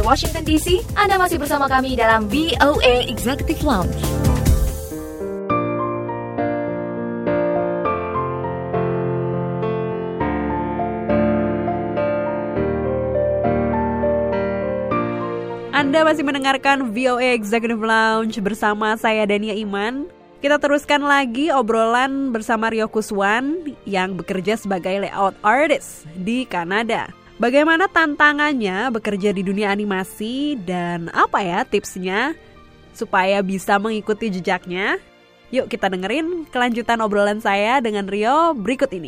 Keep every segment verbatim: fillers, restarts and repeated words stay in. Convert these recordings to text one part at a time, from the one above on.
Washington D C. Anda masih bersama kami dalam V O A Executive Lounge. Anda masih mendengarkan V O A Executive Lounge bersama saya Dania Iman. Kita teruskan lagi obrolan bersama Rio Kuswan yang bekerja sebagai layout artist di Kanada. Bagaimana tantangannya bekerja di dunia animasi dan apa ya tipsnya supaya bisa mengikuti jejaknya? Yuk kita dengerin kelanjutan obrolan saya dengan Rio berikut ini.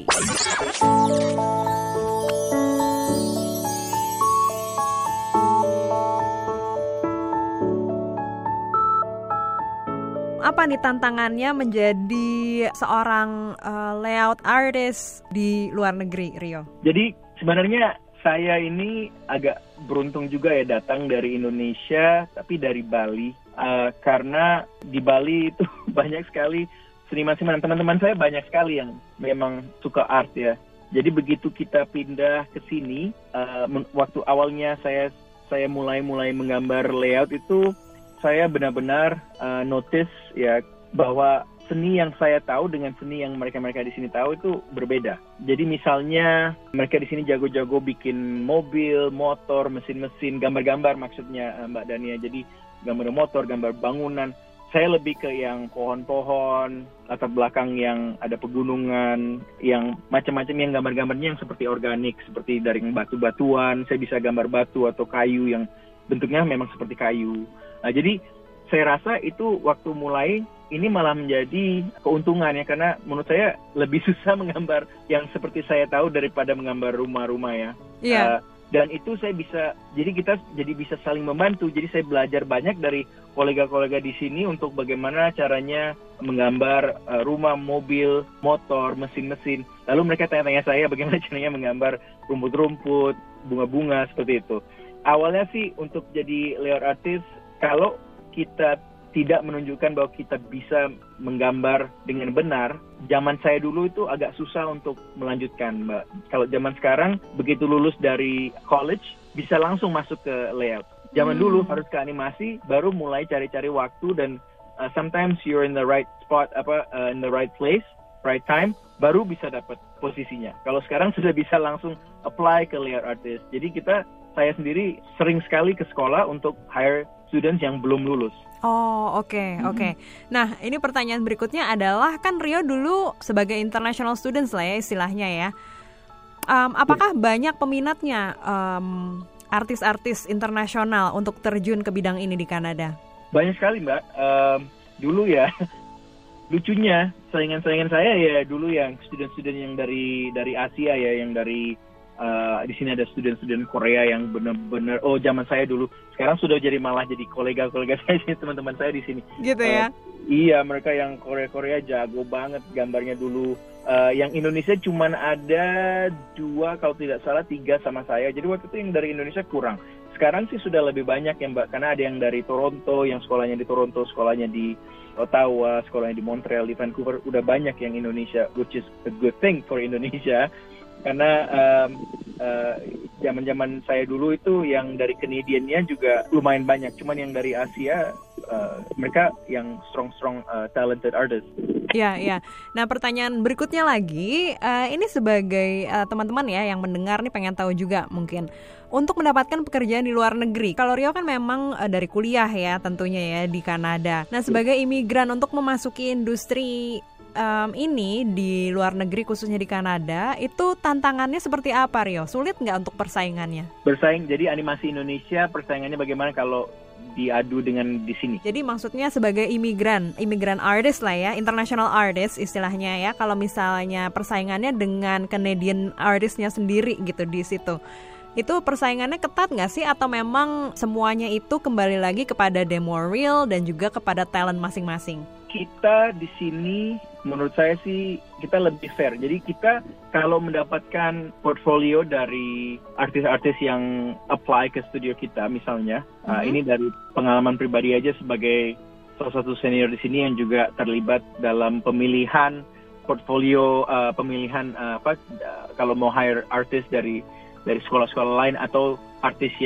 Apa nih tantangannya menjadi seorang uh, layout artist di luar negeri, Rio? Jadi sebenarnya saya ini agak beruntung juga ya datang dari Indonesia, tapi dari Bali. Uh, karena di Bali itu banyak sekali seniman-seniman, teman-teman saya banyak sekali yang memang suka art ya. Jadi begitu kita pindah ke sini, uh, waktu awalnya saya saya mulai-mulai menggambar layout itu, saya benar-benar uh, notice ya bahwa seni yang saya tahu dengan seni yang mereka-mereka di sini tahu itu berbeda. Jadi misalnya mereka di sini jago-jago bikin mobil, motor, mesin-mesin, gambar-gambar maksudnya Mbak Dania. Jadi gambar motor, gambar bangunan. Saya lebih ke yang pohon-pohon, latar belakang yang ada pegunungan, yang macam-macam yang gambar-gambarnya yang seperti organik, seperti dari batu-batuan. Saya bisa gambar batu atau kayu yang bentuknya memang seperti kayu. Nah, jadi saya rasa itu waktu mulai ini malah menjadi keuntungan ya, karena menurut saya lebih susah menggambar yang seperti saya tahu daripada menggambar rumah-rumah ya. Iya. Yeah. Uh, dan itu saya bisa, jadi kita jadi bisa saling membantu. Jadi saya belajar banyak dari kolega-kolega di sini untuk bagaimana caranya menggambar uh, rumah, mobil, motor, mesin-mesin. Lalu mereka tanya-tanya saya bagaimana caranya menggambar rumput-rumput, bunga-bunga seperti itu. Awalnya sih untuk jadi layout artist, kalau kita tidak menunjukkan bahwa kita bisa menggambar dengan benar, zaman saya dulu itu agak susah untuk melanjutkan, Mbak. Kalau zaman sekarang, begitu lulus dari college, bisa langsung masuk ke layout. Zaman hmm. dulu harus ke animasi, baru mulai cari-cari waktu, dan uh, sometimes you're in the right spot, apa uh, in the right place, right time, baru bisa dapat posisinya. Kalau sekarang sudah bisa langsung apply ke layout artist. Jadi kita, saya sendiri sering sekali ke sekolah untuk hire students yang belum lulus. Oh, oke, okay, mm-hmm. oke. Okay. Nah, ini pertanyaan berikutnya adalah, kan Rio dulu sebagai international students lah ya istilahnya ya. Um, apakah yeah. banyak peminatnya um, artis-artis internasional untuk terjun ke bidang ini di Kanada? Banyak sekali, Mbak. Um, dulu ya, lucunya saingan-saingan saya ya dulu yang student-student yang dari dari Asia ya, yang dari Uh, di sini ada student-student Korea yang benar-benar, oh zaman saya dulu, sekarang sudah jadi malah jadi kolega-kolega saya, teman-teman saya di sini. Gitu ya? Uh, iya, mereka yang Korea-Korea jago banget gambarnya dulu. Uh, yang Indonesia cuman ada dua, kalau tidak salah tiga sama saya. Jadi waktu itu yang dari Indonesia kurang. Sekarang sih sudah lebih banyak ya Mbak, karena ada yang dari Toronto, yang sekolahnya di Toronto, sekolahnya di Ottawa, sekolahnya di Montreal, di Vancouver, udah banyak yang Indonesia, which is a good thing for Indonesia. Karena um, uh, zaman-zaman saya dulu itu yang dari Canadian-nya juga lumayan banyak. Cuman yang dari Asia, uh, mereka yang strong-strong uh, talented artist. Ya, ya. Nah, pertanyaan berikutnya lagi, uh, ini sebagai uh, teman-teman ya yang mendengar nih pengen tahu juga mungkin. Untuk mendapatkan pekerjaan di luar negeri, kalau Rio kan memang uh, dari kuliah ya tentunya ya di Kanada. Nah, sebagai imigran untuk memasuki industri Um, ini di luar negeri khususnya di Kanada, itu tantangannya seperti apa Rio? Sulit nggak untuk persaingannya? Bersaing, jadi animasi Indonesia persaingannya bagaimana kalau diadu dengan di sini? Jadi maksudnya sebagai imigran, imigran artist lah ya, international artist istilahnya ya. Kalau misalnya persaingannya dengan Canadian artistnya sendiri gitu di situ, itu persaingannya ketat nggak sih? Atau memang semuanya itu kembali lagi kepada demo reel dan juga kepada talent masing-masing? Kita di sini, menurut saya sih kita lebih fair. Jadi kita kalau mendapatkan portfolio dari artis-artis yang apply ke studio kita, misalnya, mm-hmm. uh, ini dari pengalaman pribadi aja sebagai salah satu senior di sini yang juga terlibat dalam pemilihan portfolio, uh, pemilihan uh, apa uh, kalau mau hire artis dari dari sekolah-sekolah lain atau artis yang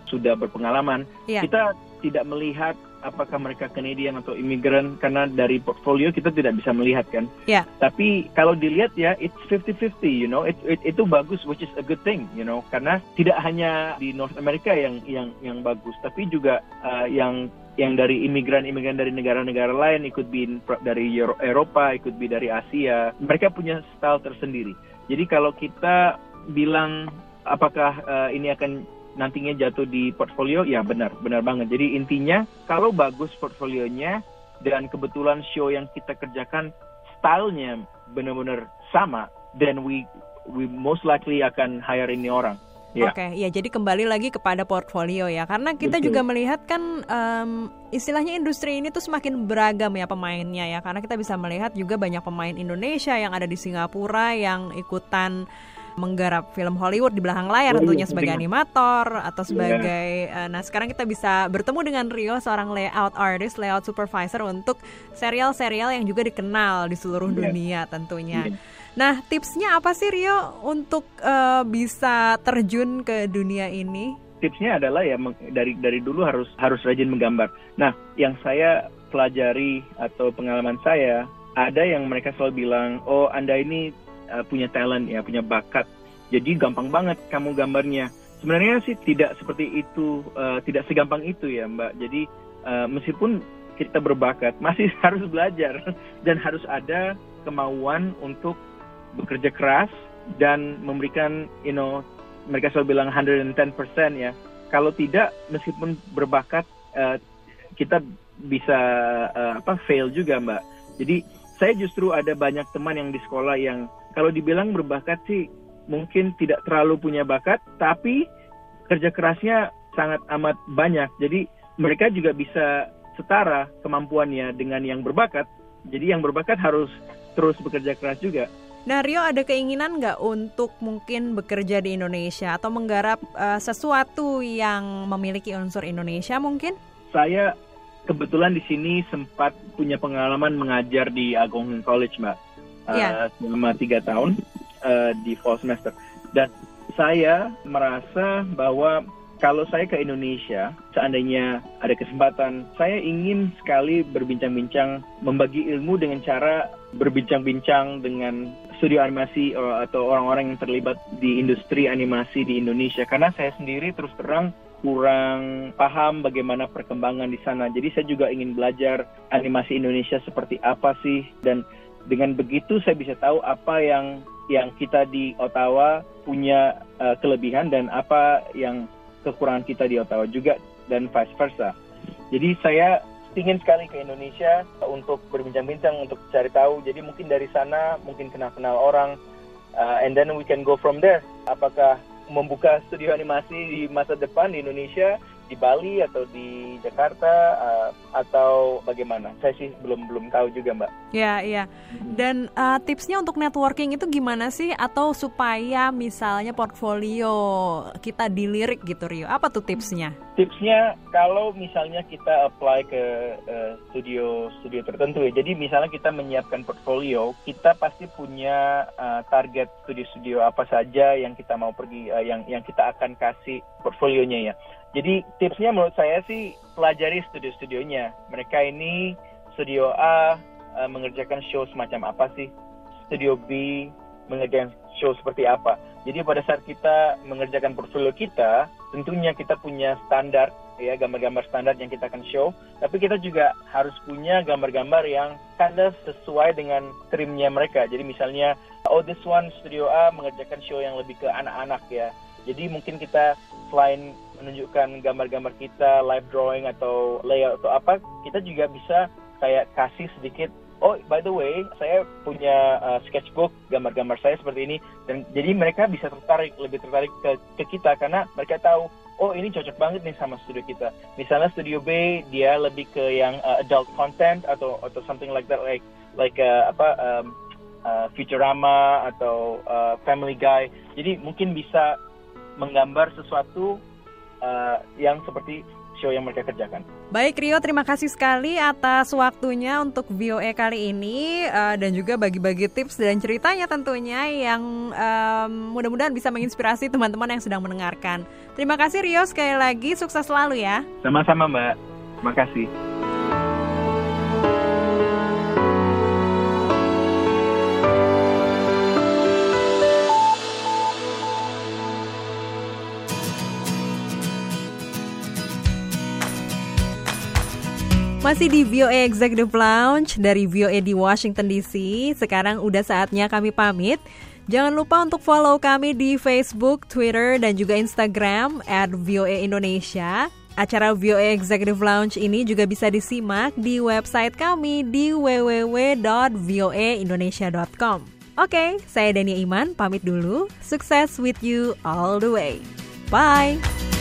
sudah berpengalaman. Yeah. Kita tidak melihat apakah mereka Canadian atau imigran, karena dari portfolio kita tidak bisa melihat kan. Yeah. Tapi kalau dilihat ya, it's fifty-fifty, you know, it, it, itu bagus, which is a good thing, you know, karena tidak hanya di North America yang yang yang bagus, tapi juga uh, yang yang dari imigran-imigran dari negara-negara lain, it could be dari Euro- Eropa, it could be dari Asia. Mereka punya style tersendiri. Jadi kalau kita bilang apakah uh, ini akan nantinya jatuh di portfolio, ya benar, benar banget. Jadi intinya kalau bagus portfolionya dan kebetulan show yang kita kerjakan stylenya benar-benar sama, then we we most likely akan hire ini orang. Yeah. Oke, okay, ya jadi kembali lagi kepada portfolio ya, karena kita Betul. juga melihat kan um, istilahnya industri ini tuh semakin beragam ya pemainnya ya, karena kita bisa melihat juga banyak pemain Indonesia yang ada di Singapura yang ikutan menggarap film Hollywood di belakang layar, tentunya sebagai animator atau sebagai yeah. uh, nah sekarang kita bisa bertemu dengan Rio, seorang layout artist, layout supervisor untuk serial-serial yang juga dikenal di seluruh yeah. dunia tentunya. Yeah. Nah, tipsnya apa sih Rio untuk uh, bisa terjun ke dunia ini? Tipsnya adalah ya dari dari dulu harus harus rajin menggambar. Nah, yang saya pelajari atau pengalaman saya, ada yang mereka selalu bilang, "Oh, Anda ini Uh, punya talent ya, punya bakat. Jadi gampang banget kamu gambarnya." Sebenarnya sih tidak seperti itu, uh, tidak segampang itu ya Mbak. Jadi uh, meskipun kita berbakat, masih harus belajar dan harus ada kemauan untuk bekerja keras dan memberikan, you know, mereka selalu bilang one hundred ten percent ya. Kalau tidak, meskipun berbakat, uh, kita bisa uh, apa fail juga Mbak. Jadi saya justru ada banyak teman yang di sekolah yang kalau dibilang berbakat sih mungkin tidak terlalu punya bakat, tapi kerja kerasnya sangat amat banyak. Jadi mereka juga bisa setara kemampuannya dengan yang berbakat. Jadi yang berbakat harus terus bekerja keras juga. Nah, Rio ada keinginan nggak untuk mungkin bekerja di Indonesia atau menggarap uh, sesuatu yang memiliki unsur Indonesia mungkin? Saya kebetulan di sini sempat punya pengalaman mengajar di Agung College, Mbak. Yeah. Uh, selama tiga tahun uh, di fall semester, dan saya merasa bahwa kalau saya ke Indonesia, seandainya ada kesempatan, saya ingin sekali berbincang-bincang, membagi ilmu dengan cara berbincang-bincang dengan studio animasi atau orang-orang yang terlibat di industri animasi di Indonesia, karena saya sendiri terus terang kurang paham bagaimana perkembangan di sana. Jadi saya juga ingin belajar animasi Indonesia seperti apa sih, dan dengan begitu saya bisa tahu apa yang yang kita di Ottawa punya uh, kelebihan dan apa yang kekurangan kita di Ottawa juga, dan vice versa. Jadi saya ingin sekali ke Indonesia untuk berbincang-bincang, untuk cari tahu. Jadi mungkin dari sana mungkin kenal-kenal orang, uh, and then we can go from there. Apakah membuka studio animasi di masa depan di Indonesia, di Bali atau di Jakarta, uh, atau bagaimana? Saya sih belum belum tahu juga Mbak. Ya, iya. Dan uh, tipsnya untuk networking itu gimana sih? Atau supaya misalnya portfolio kita dilirik gitu Rio? Apa tuh tipsnya? Tipsnya kalau misalnya kita apply ke uh, studio studio tertentu ya. Jadi misalnya kita menyiapkan portfolio, kita pasti punya uh, target studio-studio apa saja yang kita mau pergi, uh, yang yang kita akan kasih portfolionya ya. Jadi tipsnya menurut saya sih pelajari studio-studionya. Mereka ini studio A uh, mengerjakan show semacam apa sih? Studio B mengerjakan show seperti apa? Jadi pada saat kita mengerjakan portfolio kita, tentunya kita punya standar ya, gambar-gambar standar yang kita akan show. Tapi kita juga harus punya gambar-gambar yang kind of sesuai dengan trimnya mereka. Jadi misalnya, oh this one studio A mengerjakan show yang lebih ke anak-anak ya. Jadi mungkin kita selain menunjukkan gambar-gambar kita, live drawing atau layout atau apa, kita juga bisa kayak kasih sedikit, oh by the way, saya punya uh, sketchbook, gambar-gambar saya seperti ini. Dan jadi mereka bisa tertarik, lebih tertarik ke, ke kita karena mereka tahu, oh ini cocok banget nih sama studio kita. Misalnya studio B, dia lebih ke yang uh, adult content atau atau something like that, like like uh, apa um, uh, Futurama atau uh, Family Guy. Jadi mungkin bisa menggambar sesuatu uh, yang seperti show yang mereka kerjakan. Baik Rio, terima kasih sekali atas waktunya untuk V O A kali ini uh, dan juga bagi-bagi tips dan ceritanya tentunya yang um, mudah-mudahan bisa menginspirasi teman-teman yang sedang mendengarkan. Terima kasih Rio, sekali lagi sukses selalu ya. Sama-sama Mbak, terima kasih. Masih di V O A Executive Lounge dari V O A di Washington D C. Sekarang udah saatnya kami pamit. Jangan lupa untuk follow kami di Facebook, Twitter, dan juga Instagram at V O A Indonesia. Acara V O A Executive Lounge ini juga bisa disimak di website kami di w w w dot v o a indonesia dot com. Oke, saya Dania Iman, pamit dulu. Sukses with you all the way. Bye!